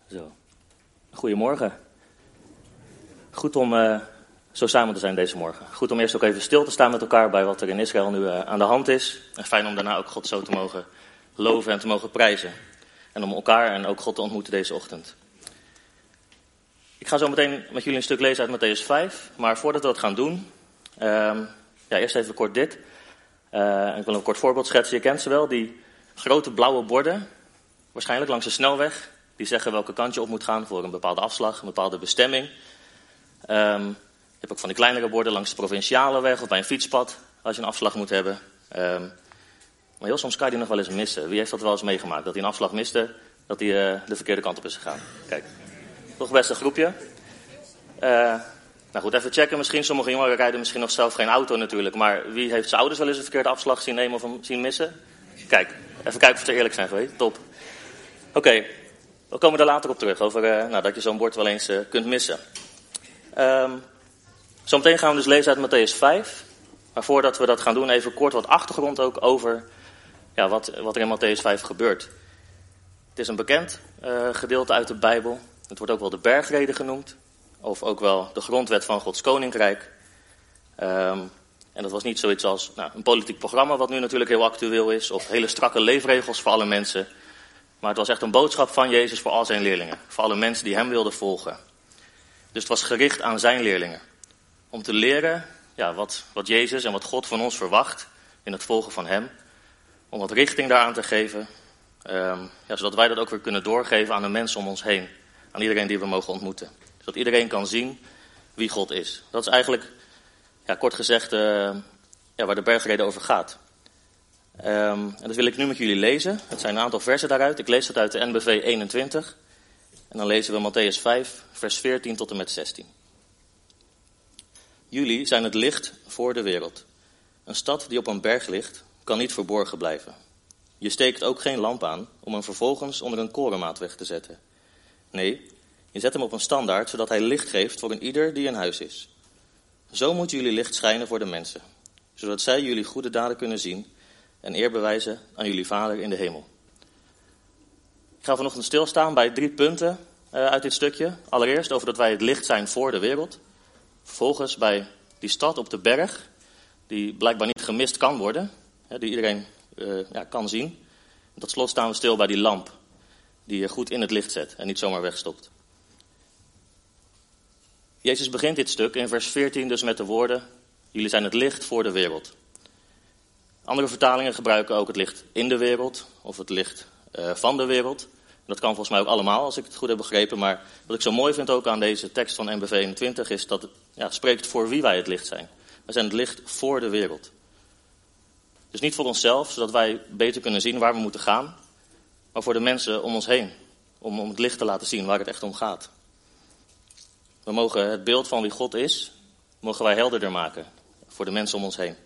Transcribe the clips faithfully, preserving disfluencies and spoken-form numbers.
Zo. Goedemorgen. Goed om uh, zo samen te zijn deze morgen. Goed om eerst ook even stil te staan met elkaar bij wat er in Israël nu uh, aan de hand is. En fijn om daarna ook God zo te mogen loven en te mogen prijzen. En om elkaar en ook God te ontmoeten deze ochtend. Ik ga zo meteen met jullie een stuk lezen uit Mattheüs vijf. Maar voordat we dat gaan doen, uh, ja, eerst even kort dit. Uh, ik wil een kort voorbeeld schetsen. Je kent ze wel, die grote blauwe borden, waarschijnlijk langs de snelweg. Die zeggen welke kant je op moet gaan voor een bepaalde afslag, een bepaalde bestemming. Um, je hebt ook van die kleinere borden langs de provinciale weg of bij een fietspad, als je een afslag moet hebben. Um, maar heel soms kan je die nog wel eens missen. Wie heeft dat wel eens meegemaakt? Dat hij een afslag miste, dat hij uh, de verkeerde kant op is gegaan. Kijk, toch best een groepje. Uh, nou goed, even checken. Misschien sommige jongeren rijden misschien nog zelf geen auto natuurlijk. Maar wie heeft zijn ouders wel eens een verkeerde afslag zien nemen of hem zien missen? Kijk, even kijken of ze eerlijk zijn geweest. Top. Oké. Okay. We komen er later op terug, over uh, nou, dat je zo'n bord wel eens uh, kunt missen. Um, zometeen gaan we dus lezen uit Mattheüs vijf. Maar voordat we dat gaan doen, even kort wat achtergrond ook over ja, wat, wat er in Mattheüs vijf gebeurt. Het is een bekend uh, gedeelte uit de Bijbel. Het wordt ook wel de bergrede genoemd. Of ook wel de grondwet van Gods koninkrijk. Um, en dat was niet zoiets als nou, een politiek programma, wat nu natuurlijk heel actueel is. Of hele strakke leefregels voor alle mensen. Maar het was echt een boodschap van Jezus voor al zijn leerlingen. Voor alle mensen die hem wilden volgen. Dus het was gericht aan zijn leerlingen. Om te leren ja, wat, wat Jezus en wat God van ons verwacht in het volgen van hem. Om wat richting daaraan te geven. Um, ja, zodat wij dat ook weer kunnen doorgeven aan de mensen om ons heen. Aan iedereen die we mogen ontmoeten. Zodat iedereen kan zien wie God is. Dat is eigenlijk, ja, kort gezegd, uh, ja, waar de bergrede over gaat. Um, en dat wil ik nu met jullie lezen. Het zijn een aantal versen daaruit. Ik lees het uit de N B V eenentwintig. En dan lezen we Mattheüs vijf, vers veertien tot en met zestien. Jullie zijn het licht voor de wereld. Een stad die op een berg ligt, kan niet verborgen blijven. Je steekt ook geen lamp aan om hem vervolgens onder een korenmaat weg te zetten. Nee, je zet hem op een standaard, zodat hij licht geeft voor een ieder die in huis is. Zo moet jullie licht schijnen voor de mensen, zodat zij jullie goede daden kunnen zien en eer bewijzen aan jullie Vader in de hemel. Ik ga vanochtend stilstaan bij drie punten uh, uit dit stukje. Allereerst over dat wij het licht zijn voor de wereld. Vervolgens bij die stad op de berg, die blijkbaar niet gemist kan worden, hè, die iedereen uh, ja, kan zien. En tot slot staan we stil bij die lamp, die je goed in het licht zet en niet zomaar wegstopt. Jezus begint dit stuk in vers veertien dus met de woorden: jullie zijn het licht voor de wereld. Andere vertalingen gebruiken ook het licht in de wereld of het licht uh, van de wereld. En dat kan volgens mij ook allemaal, als ik het goed heb begrepen. Maar wat ik zo mooi vind ook aan deze tekst van N B V eenentwintig is dat het ja, spreekt voor wie wij het licht zijn. Wij zijn het licht voor de wereld. Dus niet voor onszelf, zodat wij beter kunnen zien waar we moeten gaan. Maar voor de mensen om ons heen. Om, om het licht te laten zien waar het echt om gaat. We mogen het beeld van wie God is, mogen wij helderder maken. Voor de mensen om ons heen.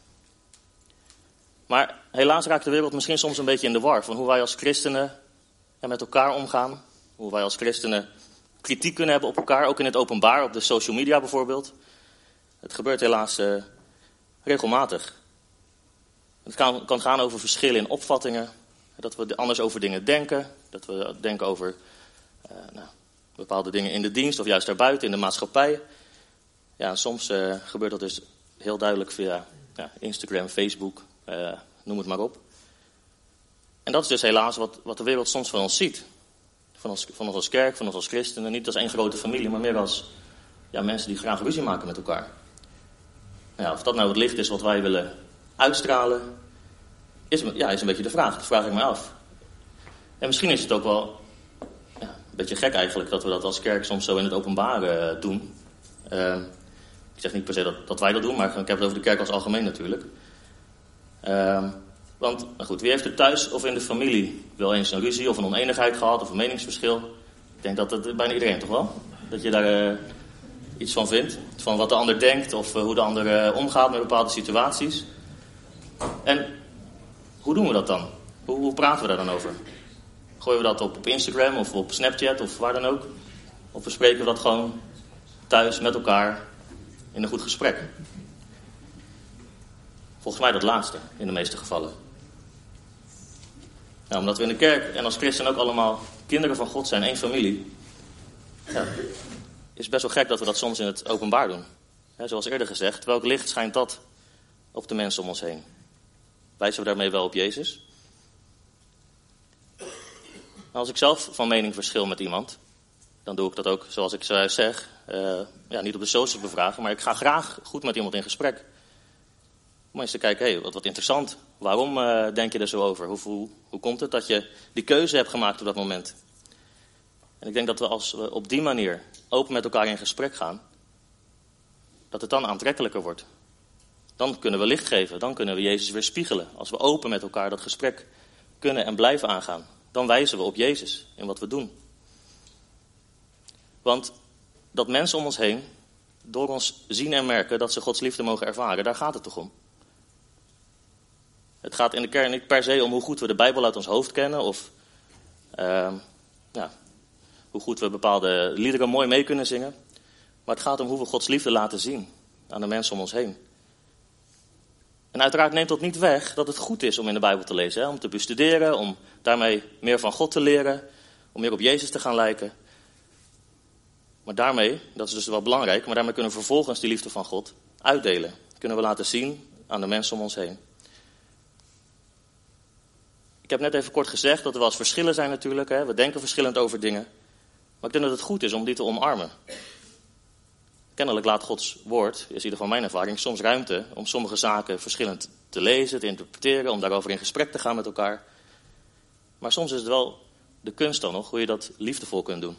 Maar helaas raakt de wereld misschien soms een beetje in de war van hoe wij als christenen ja, met elkaar omgaan. Hoe wij als christenen kritiek kunnen hebben op elkaar, ook in het openbaar, op de social media bijvoorbeeld. Het gebeurt helaas uh, regelmatig. Het kan, kan gaan over verschillen in opvattingen, dat we anders over dingen denken, dat we denken over uh, nou, bepaalde dingen in de dienst of juist daarbuiten in de maatschappij. Ja, en soms uh, gebeurt dat dus heel duidelijk via ja, Instagram, Facebook. Uh, noem het maar op. En dat is dus helaas wat, wat de wereld soms van ons ziet. Van ons, van ons als kerk, van ons als christenen. Niet als één grote familie, maar meer als ja, mensen die graag ruzie maken met elkaar. Nou ja, of dat nou het licht is wat wij willen uitstralen, is, ja, is een beetje de vraag. Dat vraag ik me af. En misschien is het ook wel ja, een beetje gek eigenlijk dat we dat als kerk soms zo in het openbaar uh, doen. Uh, ik zeg niet per se dat, dat wij dat doen, maar ik heb het over de kerk als algemeen natuurlijk. Uh, want, nou goed, wie heeft er thuis of in de familie wel eens een ruzie of een oneenigheid gehad of een meningsverschil? Ik denk dat het bijna iedereen toch wel? Dat je daar uh, iets van vindt, van wat de ander denkt of uh, hoe de ander uh, omgaat met bepaalde situaties. En hoe doen we dat dan? Hoe, hoe praten we daar dan over? Gooien we dat op, op Instagram of op Snapchat of waar dan ook? Of bespreken we dat gewoon thuis met elkaar in een goed gesprek? Volgens mij dat laatste, in de meeste gevallen. Nou, omdat we in de kerk en als christen ook allemaal kinderen van God zijn, één familie. Ja, is best wel gek dat we dat soms in het openbaar doen. He, zoals eerder gezegd, welk licht schijnt dat op de mensen om ons heen? Wijzen we daarmee wel op Jezus? Nou, als ik zelf van mening verschil met iemand, dan doe ik dat ook, zoals ik zeg, uh, ja, niet op de socials bevragen, maar ik ga graag goed met iemand in gesprek. Om eens te kijken, hé, hey, wat, wat interessant. Waarom uh, denk je er zo over? Hoe, hoe, hoe komt het dat je die keuze hebt gemaakt op dat moment? En ik denk dat we als we op die manier open met elkaar in gesprek gaan, dat het dan aantrekkelijker wordt. Dan kunnen we licht geven, dan kunnen we Jezus weer spiegelen. Als we open met elkaar dat gesprek kunnen en blijven aangaan, dan wijzen we op Jezus in wat we doen. Want dat mensen om ons heen door ons zien en merken dat ze Gods liefde mogen ervaren, daar gaat het toch om. Het gaat in de kern niet per se om hoe goed we de Bijbel uit ons hoofd kennen of uh, ja, hoe goed we bepaalde liederen mooi mee kunnen zingen. Maar het gaat om hoe we Gods liefde laten zien aan de mensen om ons heen. En uiteraard neemt dat niet weg dat het goed is om in de Bijbel te lezen. Hè? Om te bestuderen, om daarmee meer van God te leren, om meer op Jezus te gaan lijken. Maar daarmee, dat is dus wel belangrijk, maar daarmee kunnen we vervolgens die liefde van God uitdelen. Kunnen we laten zien aan de mensen om ons heen. Ik heb net even kort gezegd dat er wel eens verschillen zijn natuurlijk. Hè? We denken verschillend over dingen. Maar ik denk dat het goed is om die te omarmen. Kennelijk laat Gods woord, is in ieder geval mijn ervaring, soms ruimte om sommige zaken verschillend te lezen, te interpreteren, om daarover in gesprek te gaan met elkaar. Maar soms is het wel de kunst dan nog, hoe je dat liefdevol kunt doen.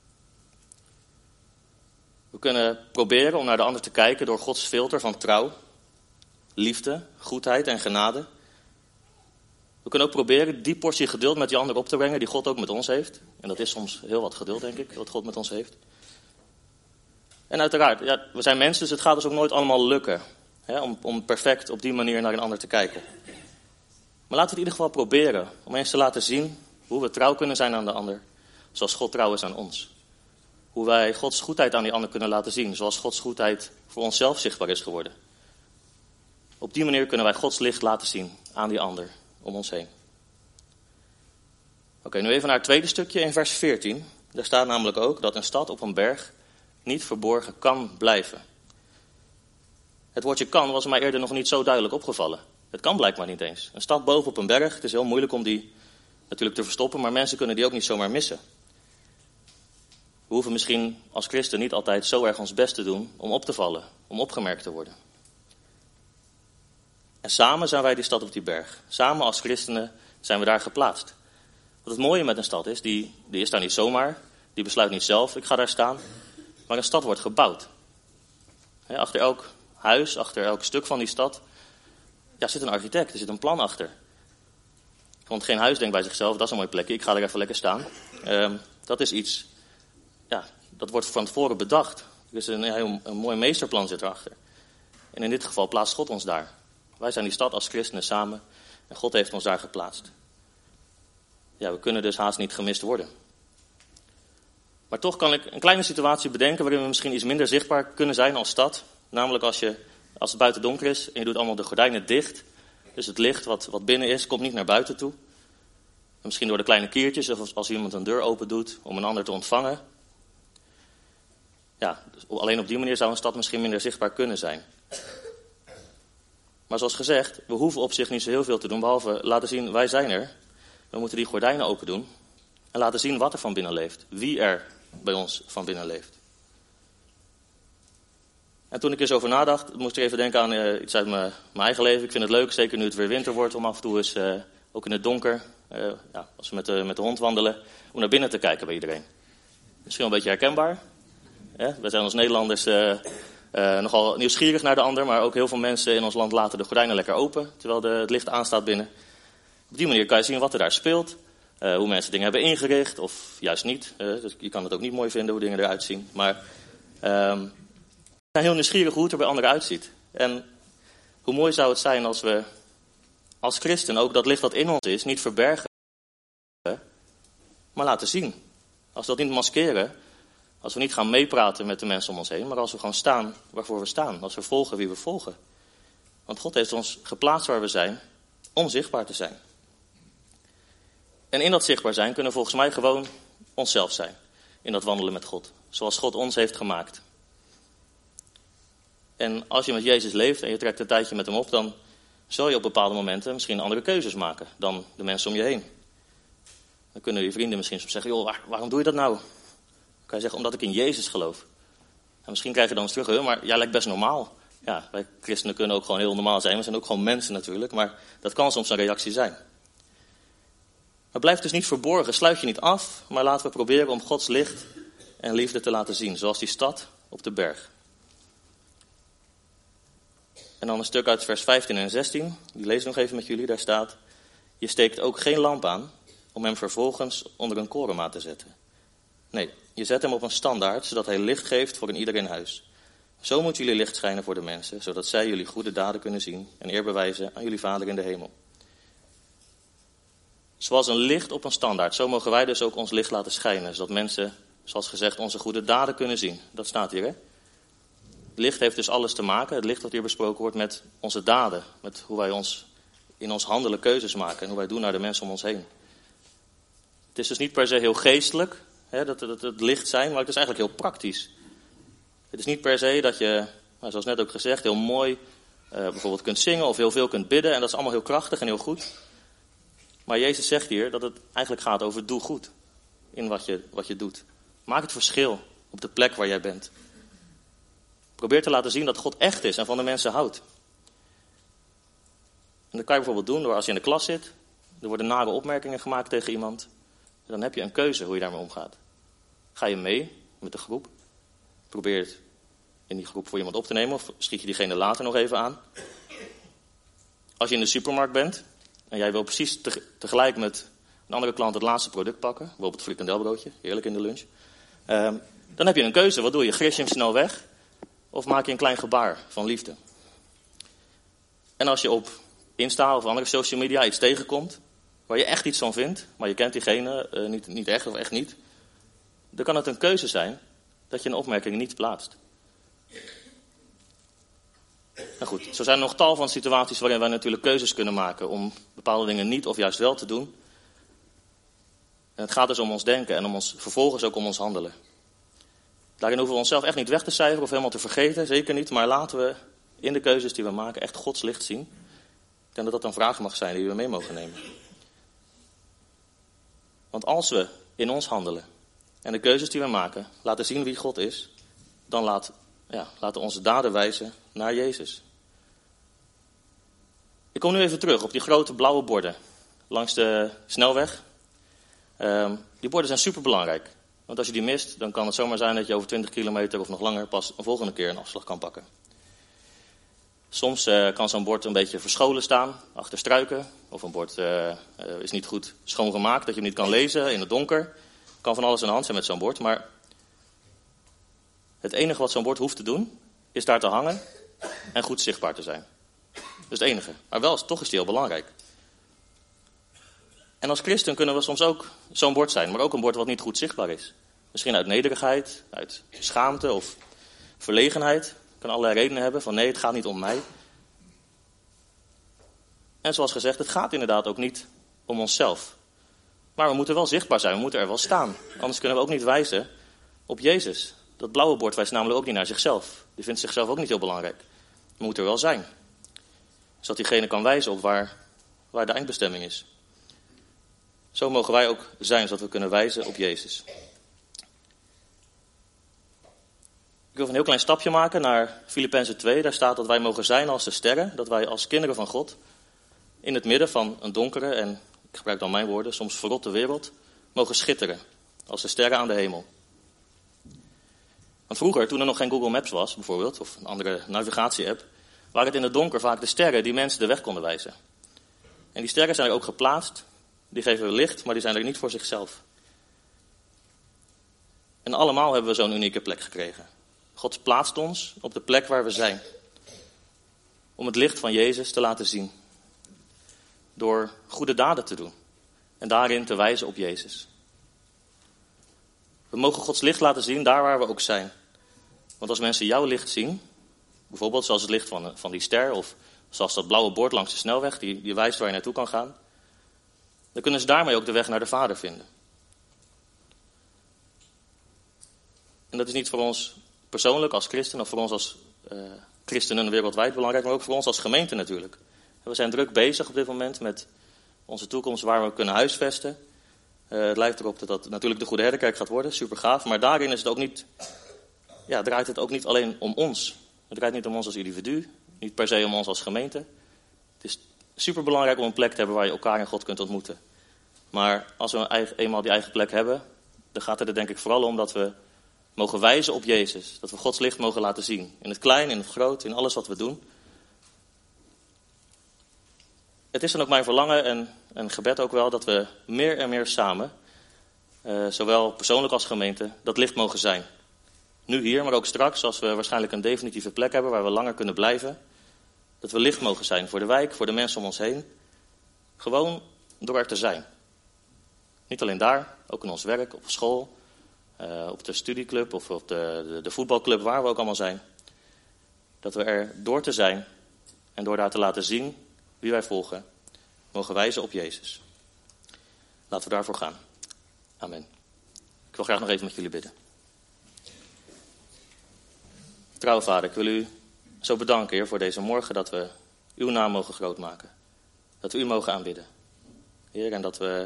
We kunnen proberen om naar de ander te kijken door Gods filter van trouw, liefde, goedheid en genade. We kunnen ook proberen die portie geduld met die ander op te brengen die God ook met ons heeft. En dat is soms heel wat geduld, denk ik, wat God met ons heeft. En uiteraard, ja, we zijn mensen, dus het gaat dus ook nooit allemaal lukken. Hè, om, om perfect op die manier naar een ander te kijken. Maar laten we het in ieder geval proberen om eens te laten zien hoe we trouw kunnen zijn aan de ander. Zoals God trouw is aan ons. Hoe wij Gods goedheid aan die ander kunnen laten zien. Zoals Gods goedheid voor onszelf zichtbaar is geworden. Op die manier kunnen wij Gods licht laten zien aan die ander om ons heen. Oké, nu even naar het tweede stukje in vers veertien. Daar staat namelijk ook dat een stad op een berg niet verborgen kan blijven. Het woordje kan was mij eerder nog niet zo duidelijk opgevallen. Het kan blijkbaar niet eens. Een stad boven op een berg, het is heel moeilijk om die natuurlijk te verstoppen, maar mensen kunnen die ook niet zomaar missen. We hoeven misschien als christen niet altijd zo erg ons best te doen om op te vallen, om opgemerkt te worden. En samen zijn wij die stad op die berg. Samen als christenen zijn we daar geplaatst. Wat het mooie met een stad is, die, die is daar niet zomaar, die besluit niet zelf, ik ga daar staan. Maar een stad wordt gebouwd. He, achter elk huis, achter elk stuk van die stad, ja, zit een architect, er zit een plan achter. Want geen huis denkt bij zichzelf, dat is een mooi plekje, ik ga er even lekker staan. Um, dat is iets, ja, dat wordt van tevoren bedacht. Dus een, een, een mooi meesterplan zit erachter. En in dit geval plaatst God ons daar. Wij zijn die stad als christenen samen en God heeft ons daar geplaatst. Ja, we kunnen dus haast niet gemist worden. Maar toch kan ik een kleine situatie bedenken waarin we misschien iets minder zichtbaar kunnen zijn als stad. Namelijk als, je, als het buiten donker is en je doet allemaal de gordijnen dicht. Dus het licht wat, wat binnen is, komt niet naar buiten toe. En misschien door de kleine kiertjes of als iemand een deur open doet om een ander te ontvangen. Ja, dus alleen op die manier zou een stad misschien minder zichtbaar kunnen zijn. Maar zoals gezegd, we hoeven op zich niet zo heel veel te doen, behalve laten zien, wij zijn er. We moeten die gordijnen open doen en laten zien wat er van binnen leeft. Wie er bij ons van binnen leeft. En toen ik er eens over nadacht, moest ik even denken aan uh, iets uit mijn, mijn eigen leven. Ik vind het leuk, zeker nu het weer winter wordt, om af en toe eens, uh, ook in het donker, uh, ja, als we met de, met de hond wandelen, om naar binnen te kijken bij iedereen. Misschien wel een beetje herkenbaar. Ja, wij zijn als Nederlanders uh, uh, nogal nieuwsgierig naar de ander, maar ook heel veel mensen in ons land laten de gordijnen lekker open, terwijl de, het licht aanstaat binnen. Op die manier kan je zien wat er daar speelt, uh, hoe mensen dingen hebben ingericht, of juist niet. Uh, dus je kan het ook niet mooi vinden hoe dingen eruit zien, maar um, we zijn heel nieuwsgierig hoe het er bij anderen uitziet. En hoe mooi zou het zijn als we als christen ook dat licht dat in ons is niet verbergen, maar laten zien. Als we dat niet maskeren, als we niet gaan meepraten met de mensen om ons heen, maar als we gewoon staan waarvoor we staan, als we volgen wie we volgen. Want God heeft ons geplaatst waar we zijn, om zichtbaar te zijn. En in dat zichtbaar zijn kunnen we volgens mij gewoon onszelf zijn. In dat wandelen met God. Zoals God ons heeft gemaakt. En als je met Jezus leeft en je trekt een tijdje met hem op, dan zul je op bepaalde momenten misschien andere keuzes maken dan de mensen om je heen. Dan kunnen je vrienden misschien soms zeggen, joh, waar, waarom doe je dat nou? Dan kan je zeggen, omdat ik in Jezus geloof. En misschien krijg je dan eens terug, maar jij lijkt best normaal. Ja, wij christenen kunnen ook gewoon heel normaal zijn. We zijn ook gewoon mensen natuurlijk, maar dat kan soms een reactie zijn. Maar blijf dus niet verborgen, sluit je niet af, maar laten we proberen om Gods licht en liefde te laten zien, zoals die stad op de berg. En dan een stuk uit vers vijftien en zestien, die lees ik nog even met jullie, daar staat: je steekt ook geen lamp aan om hem vervolgens onder een korenmaat te zetten. Nee, je zet hem op een standaard, zodat hij licht geeft voor een ieder in huis. Zo moet jullie licht schijnen voor de mensen, zodat zij jullie goede daden kunnen zien en eer bewijzen aan jullie Vader in de hemel. Zoals een licht op een standaard, zo mogen wij dus ook ons licht laten schijnen, zodat mensen, zoals gezegd, onze goede daden kunnen zien. Dat staat hier, hè? Licht heeft dus alles te maken, het licht dat hier besproken wordt, met onze daden. Met hoe wij ons in ons handelen keuzes maken en hoe wij doen naar de mensen om ons heen. Het is dus niet per se heel geestelijk, hè, dat, dat het licht zijn, maar het is eigenlijk heel praktisch. Het is niet per se dat je, nou, zoals net ook gezegd, heel mooi uh, bijvoorbeeld kunt zingen of heel veel kunt bidden. En dat is allemaal heel krachtig en heel goed. Maar Jezus zegt hier dat het eigenlijk gaat over doe goed in wat je, wat je doet. Maak het verschil op de plek waar jij bent. Probeer te laten zien dat God echt is en van de mensen houdt. En dat kan je bijvoorbeeld doen door als je in de klas zit. Er worden nare opmerkingen gemaakt tegen iemand. Dan heb je een keuze hoe je daarmee omgaat. Ga je mee met de groep? Probeer het in die groep voor iemand op te nemen of schiet je diegene later nog even aan. Als je in de supermarkt bent en jij wil precies te, tegelijk met een andere klant het laatste product pakken, bijvoorbeeld het frikandelbroodje, heerlijk in de lunch. Um, dan heb je een keuze. Wat doe je? Gris je hem snel weg of maak je een klein gebaar van liefde? En als je op Insta of andere social media iets tegenkomt waar je echt iets van vindt, maar je kent diegene uh, niet, niet echt of echt niet, dan kan het een keuze zijn dat je een opmerking niet plaatst. Nou goed, zo zijn er nog tal van situaties waarin wij natuurlijk keuzes kunnen maken om bepaalde dingen niet of juist wel te doen. En het gaat dus om ons denken en om ons, vervolgens ook om ons handelen. Daarin hoeven we onszelf echt niet weg te cijferen of helemaal te vergeten, zeker niet. Maar laten we in de keuzes die we maken echt Gods licht zien. Ik denk dat dat een vraag mag zijn die we mee mogen nemen. Want als we in ons handelen en de keuzes die we maken laten zien wie God is, dan laat, ja, laten onze daden wijzen naar Jezus. Ik kom nu even terug op die grote blauwe borden langs de snelweg. Um, die borden zijn superbelangrijk. Want als je die mist, dan kan het zomaar zijn dat je over twintig kilometer of nog langer pas een volgende keer een afslag kan pakken. Soms uh, kan zo'n bord een beetje verscholen staan, achter struiken. Of een bord uh, uh, is niet goed schoongemaakt, dat je hem niet kan lezen in het donker. Kan van alles aan de hand zijn met zo'n bord. Maar het enige wat zo'n bord hoeft te doen, is daar te hangen en goed zichtbaar te zijn. Dat is het enige. Maar wel, toch is die heel belangrijk. En als christen kunnen we soms ook zo'n bord zijn, maar ook een bord wat niet goed zichtbaar is. Misschien uit nederigheid, uit schaamte of verlegenheid. Kan allerlei redenen hebben van nee, het gaat niet om mij. En zoals gezegd, het gaat inderdaad ook niet om onszelf. Maar we moeten wel zichtbaar zijn, we moeten er wel staan. Anders kunnen we ook niet wijzen op Jezus. Dat blauwe bord wijst namelijk ook niet naar zichzelf. Die vindt zichzelf ook niet heel belangrijk. We moeten er wel zijn. Zodat diegene kan wijzen op waar, waar de eindbestemming is. Zo mogen wij ook zijn, zodat we kunnen wijzen op Jezus. Ik wil een heel klein stapje maken naar Filippenzen twee. Daar staat dat wij mogen zijn als de sterren. Dat wij als kinderen van God in het midden van een donkere, en ik gebruik dan mijn woorden, soms verrotte wereld, mogen schitteren. Als de sterren aan de hemel. Want vroeger, toen er nog geen Google Maps was bijvoorbeeld, of een andere navigatie-app, waren het in het donker vaak de sterren die mensen de weg konden wijzen. En die sterren zijn er ook geplaatst. Die geven licht, maar die zijn er niet voor zichzelf. En allemaal hebben we zo'n unieke plek gekregen. God plaatst ons op de plek waar we zijn. Om het licht van Jezus te laten zien. Door goede daden te doen. En daarin te wijzen op Jezus. We mogen Gods licht laten zien daar waar we ook zijn. Want als mensen jouw licht zien, bijvoorbeeld zoals het licht van, van die ster, of zoals dat blauwe bord langs de snelweg, die, die wijst waar je naartoe kan gaan, dan kunnen ze daarmee ook de weg naar de Vader vinden. En dat is niet voor ons persoonlijk als christen of voor ons als uh, christenen wereldwijd belangrijk, maar ook voor ons als gemeente natuurlijk. We zijn druk bezig op dit moment met onze toekomst, waar we kunnen huisvesten. Uh, het lijkt erop dat dat natuurlijk de Goede Herderkerk gaat worden, super gaaf. Maar daarin is het ook niet, ja, draait het ook niet alleen om ons. Het draait niet om ons als individu, niet per se om ons als gemeente. Het is super belangrijk om een plek te hebben waar je elkaar en God kunt ontmoeten. Maar als we een eigen, eenmaal die eigen plek hebben, dan gaat het er denk ik vooral om dat we mogen wijzen op Jezus. Dat we Gods licht mogen laten zien. In het klein, in het groot, in alles wat we doen. Het is dan ook mijn verlangen en, en gebed ook wel dat we meer en meer samen, uh, zowel persoonlijk als gemeente, dat licht mogen zijn. Nu hier, maar ook straks, als we waarschijnlijk een definitieve plek hebben waar we langer kunnen blijven. Dat we licht mogen zijn voor de wijk, voor de mensen om ons heen. Gewoon door er te zijn. Niet alleen daar, ook in ons werk, op school, uh, op de studieclub of op de, de, de voetbalclub, waar we ook allemaal zijn. Dat we er door te zijn en door daar te laten zien wie wij volgen, mogen wijzen op Jezus. Laten we daarvoor gaan. Amen. Ik wil graag nog even met jullie bidden. Trouwe Vader, ik wil u zo bedanken, Heer, voor deze morgen dat we uw naam mogen grootmaken. Dat we u mogen aanbidden. Heer, en dat we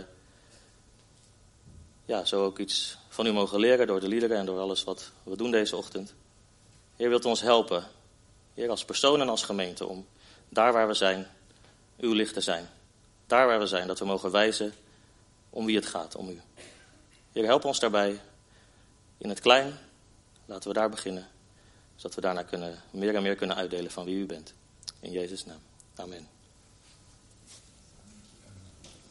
ja, zo ook iets van u mogen leren door de liederen en door alles wat we doen deze ochtend. Heer, wilt u ons helpen, Heer, als persoon en als gemeente, om daar waar we zijn, uw licht te zijn. Daar waar we zijn, dat we mogen wijzen om wie het gaat, om u. Heer, help ons daarbij in het klein. Laten we daar beginnen, zodat we daarna kunnen, meer en meer kunnen uitdelen van wie u bent. In Jezus' naam. Amen.